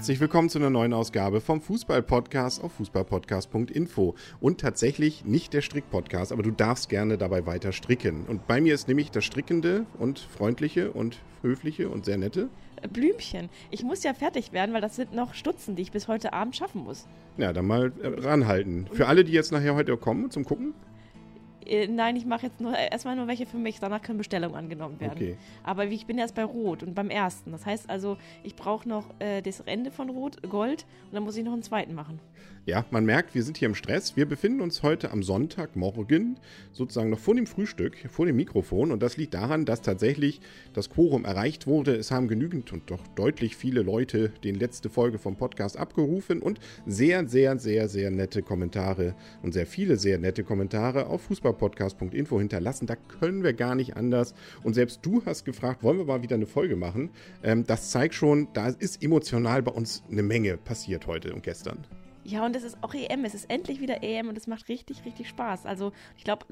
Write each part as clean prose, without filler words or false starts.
Herzlich willkommen zu einer neuen Ausgabe vom Fußball-Podcast auf fußballpodcast.info. Und tatsächlich nicht der Strick-Podcast, aber du darfst gerne dabei weiter stricken. Und bei mir ist nämlich das strickende und freundliche und höfliche und sehr nette Blümchen. Ich muss ja fertig werden, weil das sind noch Stutzen, die ich bis heute Abend schaffen muss. Ja, dann mal ranhalten. Für alle, die jetzt nachher heute kommen zum Gucken? Nein, ich mache jetzt erstmal nur welche für mich, danach können Bestellungen angenommen werden. Okay. Aber ich bin erst bei Rot und beim ersten. Das heißt also, ich brauche noch das Ende von Gold und dann muss ich noch einen zweiten machen. Ja, man merkt, wir sind hier im Stress. Wir befinden uns heute am Sonntagmorgen sozusagen noch vor dem Frühstück, vor dem Mikrofon. Und das liegt daran, dass tatsächlich das Quorum erreicht wurde. Es haben genügend und doch deutlich viele Leute die letzte Folge vom Podcast abgerufen und sehr, sehr, sehr, sehr nette Kommentare und sehr viele sehr nette Kommentare auf fußballpodcast.info hinterlassen. Da können wir gar nicht anders. Und selbst du hast gefragt, wollen wir mal wieder eine Folge machen? Das zeigt schon, da ist emotional bei uns eine Menge passiert heute und gestern. Ja, und es ist auch EM. Es ist endlich wieder EM und es macht richtig, richtig Spaß. Also ich glaube,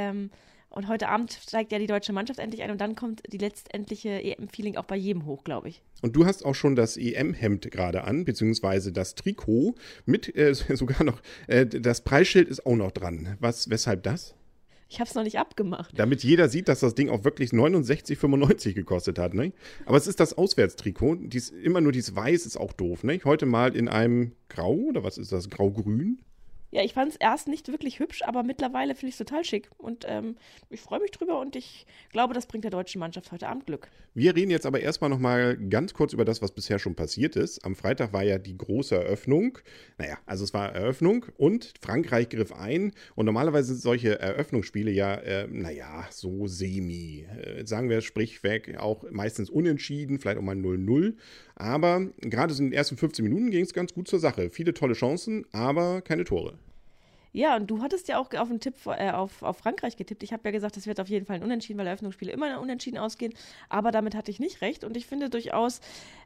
und heute Abend steigt ja die deutsche Mannschaft endlich ein und dann kommt die letztendliche EM-Feeling auch bei jedem hoch, glaube ich. Und du hast auch schon das EM-Hemd gerade an, beziehungsweise das Trikot mit sogar noch, das Preisschild ist auch noch dran. Weshalb das? Ich habe es noch nicht abgemacht. Damit jeder sieht, dass das Ding auch wirklich 69,95 gekostet hat, ne? Aber es ist das Auswärtstrikot. Immer nur dieses Weiß ist auch doof, ne? Heute mal in einem Grau, oder was ist das? Grau-Grün? Ja, ich fand es erst nicht wirklich hübsch, aber mittlerweile finde ich es total schick. Und ich freue mich drüber und ich glaube, das bringt der deutschen Mannschaft heute Abend Glück. Wir reden jetzt aber erstmal nochmal ganz kurz über das, was bisher schon passiert ist. Am Freitag war ja die große Eröffnung. Naja, also es war Eröffnung und Frankreich griff ein. Und normalerweise sind solche Eröffnungsspiele ja, so semi. Sagen wir sprichweg auch meistens unentschieden, vielleicht auch mal 0-0. Aber gerade so in den ersten 15 Minuten ging es ganz gut zur Sache. Viele tolle Chancen, aber keine Tore. Ja, und du hattest ja auch auf einen Tipp auf Frankreich getippt. Ich habe ja gesagt, das wird auf jeden Fall ein Unentschieden, weil Eröffnungsspiele immer unentschieden ausgehen. Aber damit hatte ich nicht recht. Und ich finde durchaus,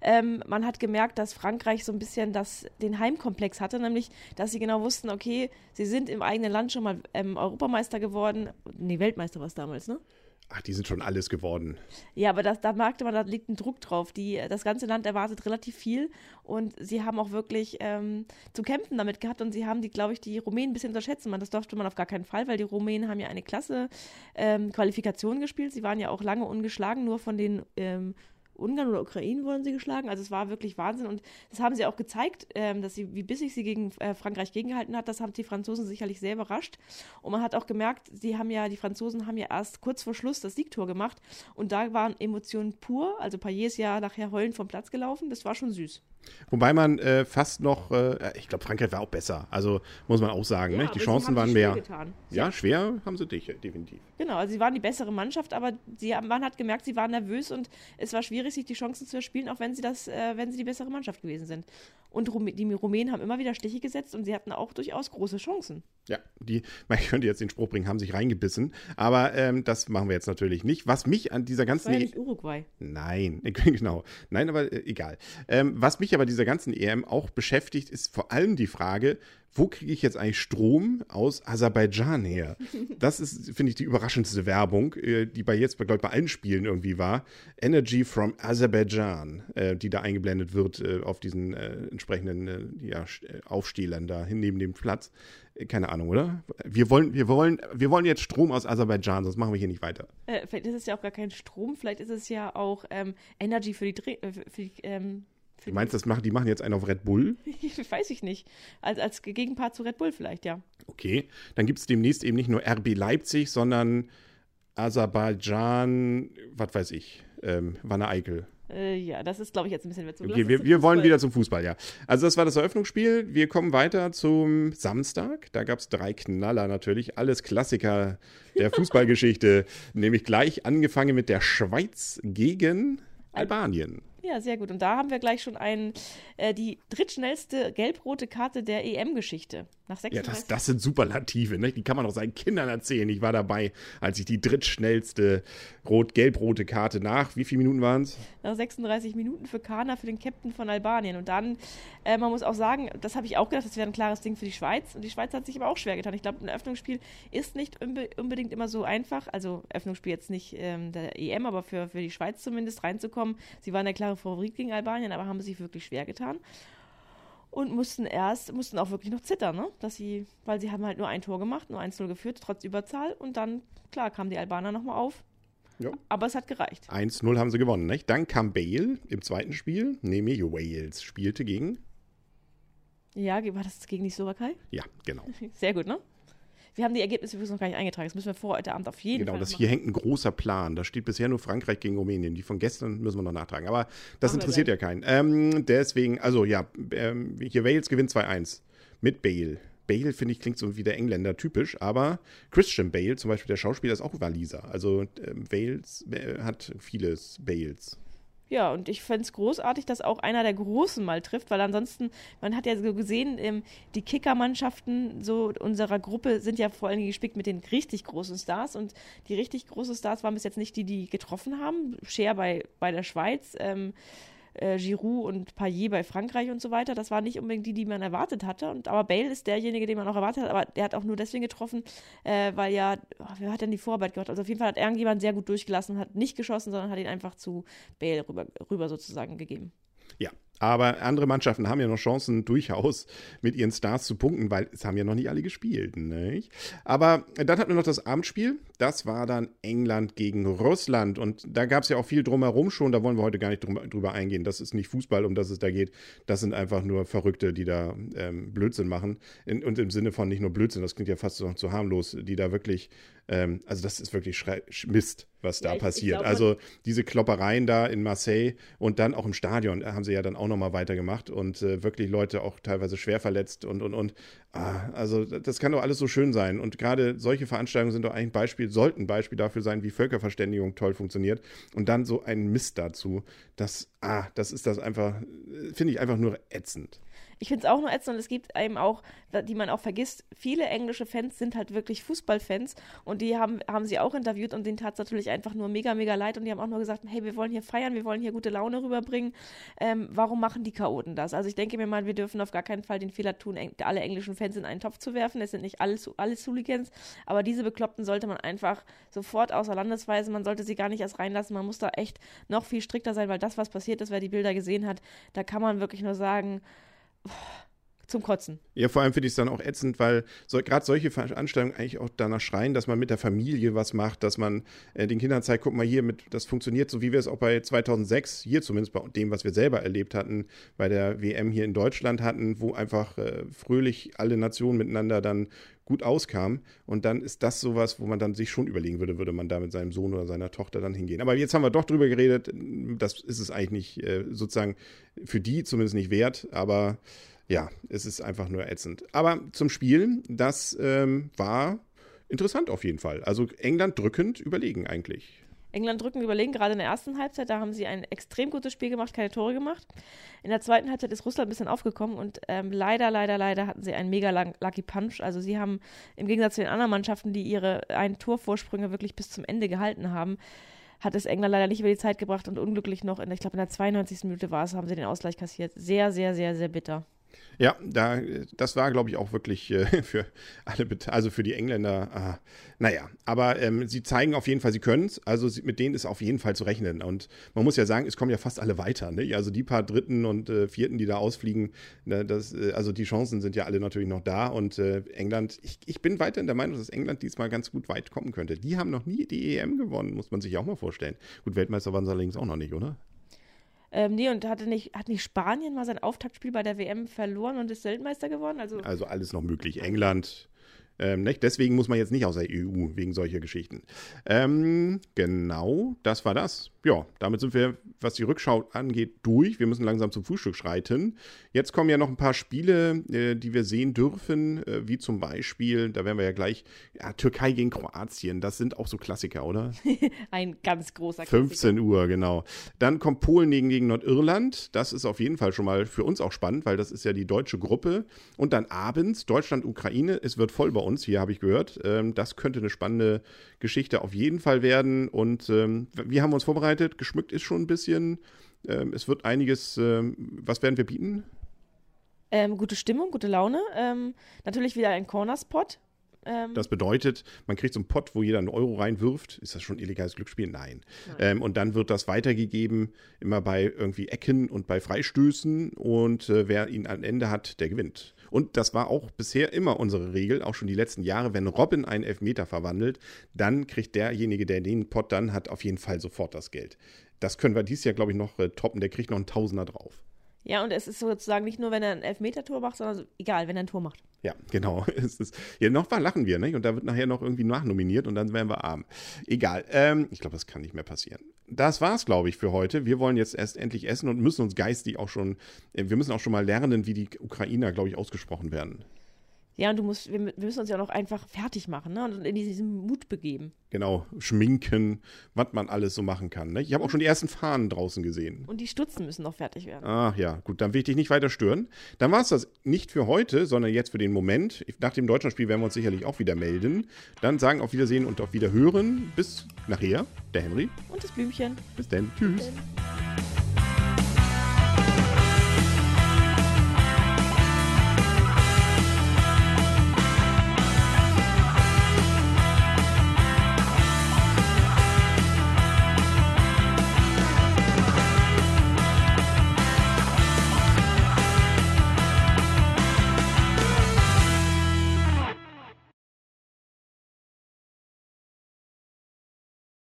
man hat gemerkt, dass Frankreich so ein bisschen den Heimkomplex hatte. Nämlich, dass sie genau wussten, okay, sie sind im eigenen Land schon mal Europameister geworden. Nee, Weltmeister war es damals, ne? Ach, die sind schon alles geworden. Ja, aber da merkte man, da liegt ein Druck drauf. Das ganze Land erwartet relativ viel und sie haben auch wirklich zu kämpfen damit gehabt und sie haben die Rumänen ein bisschen unterschätzt. Das durfte man auf gar keinen Fall, weil die Rumänen haben ja eine klasse Qualifikation gespielt. Sie waren ja auch lange ungeschlagen, nur von den Ungarn oder Ukraine wurden sie geschlagen. Also es war wirklich Wahnsinn und das haben sie auch gezeigt, wie bissig sie gegen Frankreich gegengehalten hat. Das haben die Franzosen sicherlich sehr überrascht. Und man hat auch gemerkt, die Franzosen haben ja erst kurz vor Schluss das Siegtor gemacht und da waren Emotionen pur. Also Payet ist ja nachher heulend vom Platz gelaufen. Das war schon süß. Wobei man fast noch, ich glaube, Frankreich war auch besser. Also muss man auch sagen, ja, ne? Die Chancen waren mehr. Getan. Ja, schwer haben sie definitiv. Genau, also sie waren die bessere Mannschaft, aber man hat gemerkt, sie waren nervös und es war schwierig, sich die Chancen zu erspielen, auch wenn sie die bessere Mannschaft gewesen sind. Und die Rumänen haben immer wieder Stiche gesetzt und sie hatten auch durchaus große Chancen. Ja, ich könnte jetzt den Spruch bringen, haben sich reingebissen, aber das machen wir jetzt natürlich nicht. Was mich an dieser ganzen... Das war ja nicht Uruguay. Nein, genau. Nein, aber egal. Was mich aber dieser ganzen EM auch beschäftigt, ist vor allem die Frage, wo kriege ich jetzt eigentlich Strom aus Aserbaidschan her? Das ist, finde ich, die überraschendste Werbung, die bei allen Spielen irgendwie war. Energy from Aserbaidschan, die da eingeblendet wird auf diesen entsprechenden Aufstehlern da hin neben dem Platz. Keine Ahnung, oder? Wir wollen jetzt Strom aus Aserbaidschan, sonst machen wir hier nicht weiter. Vielleicht ist es ja auch gar kein Strom, vielleicht ist es ja auch Energy für die Du meinst, die machen jetzt einen auf Red Bull? Weiß ich nicht. Als Gegenpart zu Red Bull vielleicht, ja. Okay, dann gibt es demnächst eben nicht nur RB Leipzig, sondern Aserbaidschan, was weiß ich, Wanne Eickel. Ja, das ist, glaube ich, jetzt ein bisschen mehr zu. Okay, wir wollen wieder zum Fußball, ja. Also das war das Eröffnungsspiel. Wir kommen weiter zum Samstag. Da gab es 3 Knaller natürlich. Alles Klassiker der Fußballgeschichte. Nämlich gleich angefangen mit der Schweiz gegen Albanien. Ja, sehr gut. Und da haben wir gleich schon die drittschnellste gelb-rote Karte der EM-Geschichte. Nach 36. Ja, das sind Superlative, ne? Die kann man auch seinen Kindern erzählen. Ich war dabei, als ich die drittschnellste gelb-rote Karte wie viele Minuten waren es? Nach 36 Minuten für Kana, für den Captain von Albanien. Und dann, man muss auch sagen, das habe ich auch gedacht, das wäre ein klares Ding für die Schweiz. Und die Schweiz hat sich aber auch schwer getan. Ich glaube, ein Eröffnungsspiel ist nicht unbedingt immer so einfach. Also Eröffnungsspiel jetzt nicht der EM, aber für die Schweiz zumindest reinzukommen. Sie waren der klare Favorit gegen Albanien, aber haben sich wirklich schwer getan. und mussten auch wirklich noch zittern, ne? Weil sie haben halt nur ein Tor gemacht, nur 1-0 geführt, trotz Überzahl. Und dann, klar, kamen die Albaner nochmal auf. Ja. Aber es hat gereicht. 1-0 haben sie gewonnen, nicht? Dann kam Bale im zweiten Spiel, nämlich Wales spielte gegen... Ja, war das gegen die Slowakei? Ja, genau. Sehr gut, ne? Wir haben die Ergebnisse übrigens noch gar nicht eingetragen. Das müssen wir vor heute Abend auf jeden Fall machen. Genau, hier hängt ein großer Plan. Da steht bisher nur Frankreich gegen Rumänien. Die von gestern müssen wir noch nachtragen. Aber das interessiert ja keinen. Deswegen, also ja, hier Wales gewinnt 2-1 mit Bale. Bale, finde ich, klingt so wie der Engländer typisch, aber Christian Bale, zum Beispiel der Schauspieler, ist auch Waliser. Also Wales hat vieles Bales. Ja, und ich fände es großartig, dass auch einer der Großen mal trifft, weil ansonsten, man hat ja so gesehen, die Kicker-Mannschaften so unserer Gruppe sind ja vor allem gespickt mit den richtig großen Stars und die richtig großen Stars waren bis jetzt nicht die getroffen haben. Scher bei der Schweiz, Giroud und Payet bei Frankreich und so weiter. Das waren nicht unbedingt die man erwartet hatte. Aber Bale ist derjenige, den man auch erwartet hat. Aber der hat auch nur deswegen getroffen, weil wer hat denn die Vorarbeit gemacht? Also auf jeden Fall hat irgendjemand sehr gut durchgelassen und hat nicht geschossen, sondern hat ihn einfach zu Bale rüber sozusagen gegeben. Ja, aber andere Mannschaften haben ja noch Chancen, durchaus mit ihren Stars zu punkten, weil es haben ja noch nicht alle gespielt, nicht? Aber dann hatten wir noch das Abendspiel. Das war dann England gegen Russland. Und da gab es ja auch viel drumherum schon. Da wollen wir heute gar nicht drüber eingehen. Das ist nicht Fußball, um das es da geht. Das sind einfach nur Verrückte, die da Blödsinn machen. Und im Sinne von nicht nur Blödsinn, das klingt ja fast so zu harmlos, die da wirklich, also das ist wirklich Mist, was da passiert. Also diese Kloppereien da in Marseille und dann auch im Stadion haben sie ja dann auch nochmal weitergemacht und wirklich Leute auch teilweise schwer verletzt und. Also das kann doch alles so schön sein. Und gerade solche Veranstaltungen sind doch eigentlich sollten ein Beispiel dafür sein, wie Völkerverständigung toll funktioniert. Und dann so ein Mist dazu. Das ist das einfach, finde ich einfach nur ätzend. Ich finde es auch nur ätzend und es gibt eben auch, die man auch vergisst, viele englische Fans sind halt wirklich Fußballfans und die haben sie auch interviewt und denen tat es natürlich einfach nur mega, mega leid und die haben auch nur gesagt, hey, wir wollen hier feiern, wir wollen hier gute Laune rüberbringen. Warum machen die Chaoten das? Also ich denke mir mal, wir dürfen auf gar keinen Fall den Fehler tun, alle englischen Fans in einen Topf zu werfen. Es sind nicht alles Hooligans, aber diese Bekloppten sollte man einfach sofort außer Landes weisen. Man sollte sie gar nicht erst reinlassen. Man muss da echt noch viel strikter sein, weil das, was passiert ist, wer die Bilder gesehen hat, da kann man wirklich nur sagen, zum Kotzen. Ja, vor allem finde ich es dann auch ätzend, weil gerade solche Veranstaltungen eigentlich auch danach schreien, dass man mit der Familie was macht, dass man den Kindern zeigt, guck mal hier, das funktioniert so, wie wir es auch bei 2006, hier zumindest bei dem, was wir selber erlebt hatten, bei der WM hier in Deutschland hatten, wo einfach fröhlich alle Nationen miteinander dann gut auskam. Und dann ist das sowas, wo man dann sich schon überlegen würde man da mit seinem Sohn oder seiner Tochter dann hingehen. Aber jetzt haben wir doch drüber geredet, das ist es eigentlich nicht sozusagen für die zumindest nicht wert, aber ja, es ist einfach nur ätzend. Aber zum Spiel, das war interessant auf jeden Fall. Also England drückend überlegen eigentlich. England drückend überlegen, gerade in der ersten Halbzeit, da haben sie ein extrem gutes Spiel gemacht, keine Tore gemacht. In der zweiten Halbzeit ist Russland ein bisschen aufgekommen und leider hatten sie einen mega Lucky Punch. Also sie haben im Gegensatz zu den anderen Mannschaften, die ihre einen Torvorsprünge wirklich bis zum Ende gehalten haben, hat es England leider nicht über die Zeit gebracht und unglücklich noch, ich glaube in der 92. Minute war es, haben sie den Ausgleich kassiert. Sehr, sehr, sehr, sehr bitter. Ja, das war, glaube ich, auch wirklich für alle, also für die Engländer, naja, aber sie zeigen auf jeden Fall, sie können es, also mit denen ist auf jeden Fall zu rechnen und man muss ja sagen, es kommen ja fast alle weiter, ne? Also die paar Dritten und Vierten, die da ausfliegen, ne, also die Chancen sind ja alle natürlich noch da und England, ich bin weiterhin der Meinung, dass England diesmal ganz gut weit kommen könnte. Die haben noch nie die EM gewonnen, muss man sich auch mal vorstellen. Gut, Weltmeister waren sie allerdings auch noch nicht, oder? Nee, und hat nicht Spanien mal sein Auftaktspiel bei der WM verloren und ist Weltmeister geworden? Also alles noch möglich. England, nicht? Deswegen muss man jetzt nicht aus der EU, wegen solcher Geschichten. Genau, das war das. Ja, damit sind wir, was die Rückschau angeht, durch. Wir müssen langsam zum Frühstück schreiten. Jetzt kommen ja noch ein paar Spiele, die wir sehen dürfen, wie zum Beispiel, da werden wir ja gleich, Türkei gegen Kroatien, das sind auch so Klassiker, oder? Ein ganz großer Klassiker. 15 Uhr, genau. Dann kommt Polen gegen Nordirland. Das ist auf jeden Fall schon mal für uns auch spannend, weil das ist ja die deutsche Gruppe. Und dann abends Deutschland, Ukraine. Es wird voll bei uns, hier habe ich gehört. Das könnte eine spannende Geschichte auf jeden Fall werden. Und wir haben uns vorbereitet. Geschmückt ist schon ein bisschen. Es wird einiges. Was werden wir bieten? Gute Stimmung, gute Laune. Natürlich wieder ein Cornerspot. Das bedeutet, man kriegt so einen Pott, wo jeder einen Euro reinwirft. Ist das schon illegales Glücksspiel? Nein. Und dann wird das weitergegeben, immer bei irgendwie Ecken und bei Freistößen. Und wer ihn am Ende hat, der gewinnt. Und das war auch bisher immer unsere Regel, auch schon die letzten Jahre. Wenn Robin einen Elfmeter verwandelt, dann kriegt derjenige, der den Pott dann hat, auf jeden Fall sofort das Geld. Das können wir dieses Jahr, glaube ich, noch toppen. Der kriegt noch einen Tausender drauf. Ja, und es ist sozusagen nicht nur, wenn er ein Elfmeter-Tor macht, sondern egal, wenn er ein Tor macht. Ja, genau. Noch mal lachen wir, nicht? Und da wird nachher noch irgendwie nachnominiert und dann werden wir arm. Egal. Ich glaube, das kann nicht mehr passieren. Das war's, glaube ich, für heute. Wir wollen jetzt erst endlich essen und müssen uns geistig auch schon, wir müssen auch schon mal lernen, wie die Ukrainer, glaube ich, ausgesprochen werden. Ja, und wir müssen uns ja noch einfach fertig machen, ne? Und in diesen Mut begeben. Genau, schminken, was man alles so machen kann. Ne? Ich habe auch schon die ersten Fahnen draußen gesehen. Und die Stutzen müssen noch fertig werden. Ach ja, gut, dann will ich dich nicht weiter stören. Dann war es das nicht für heute, sondern jetzt für den Moment. Nach dem Deutschlandspiel werden wir uns sicherlich auch wieder melden. Dann sagen auf Wiedersehen und auf Wiederhören. Bis nachher, der Henry. Und das Blümchen. Bis dann. Tschüss. Bis dann.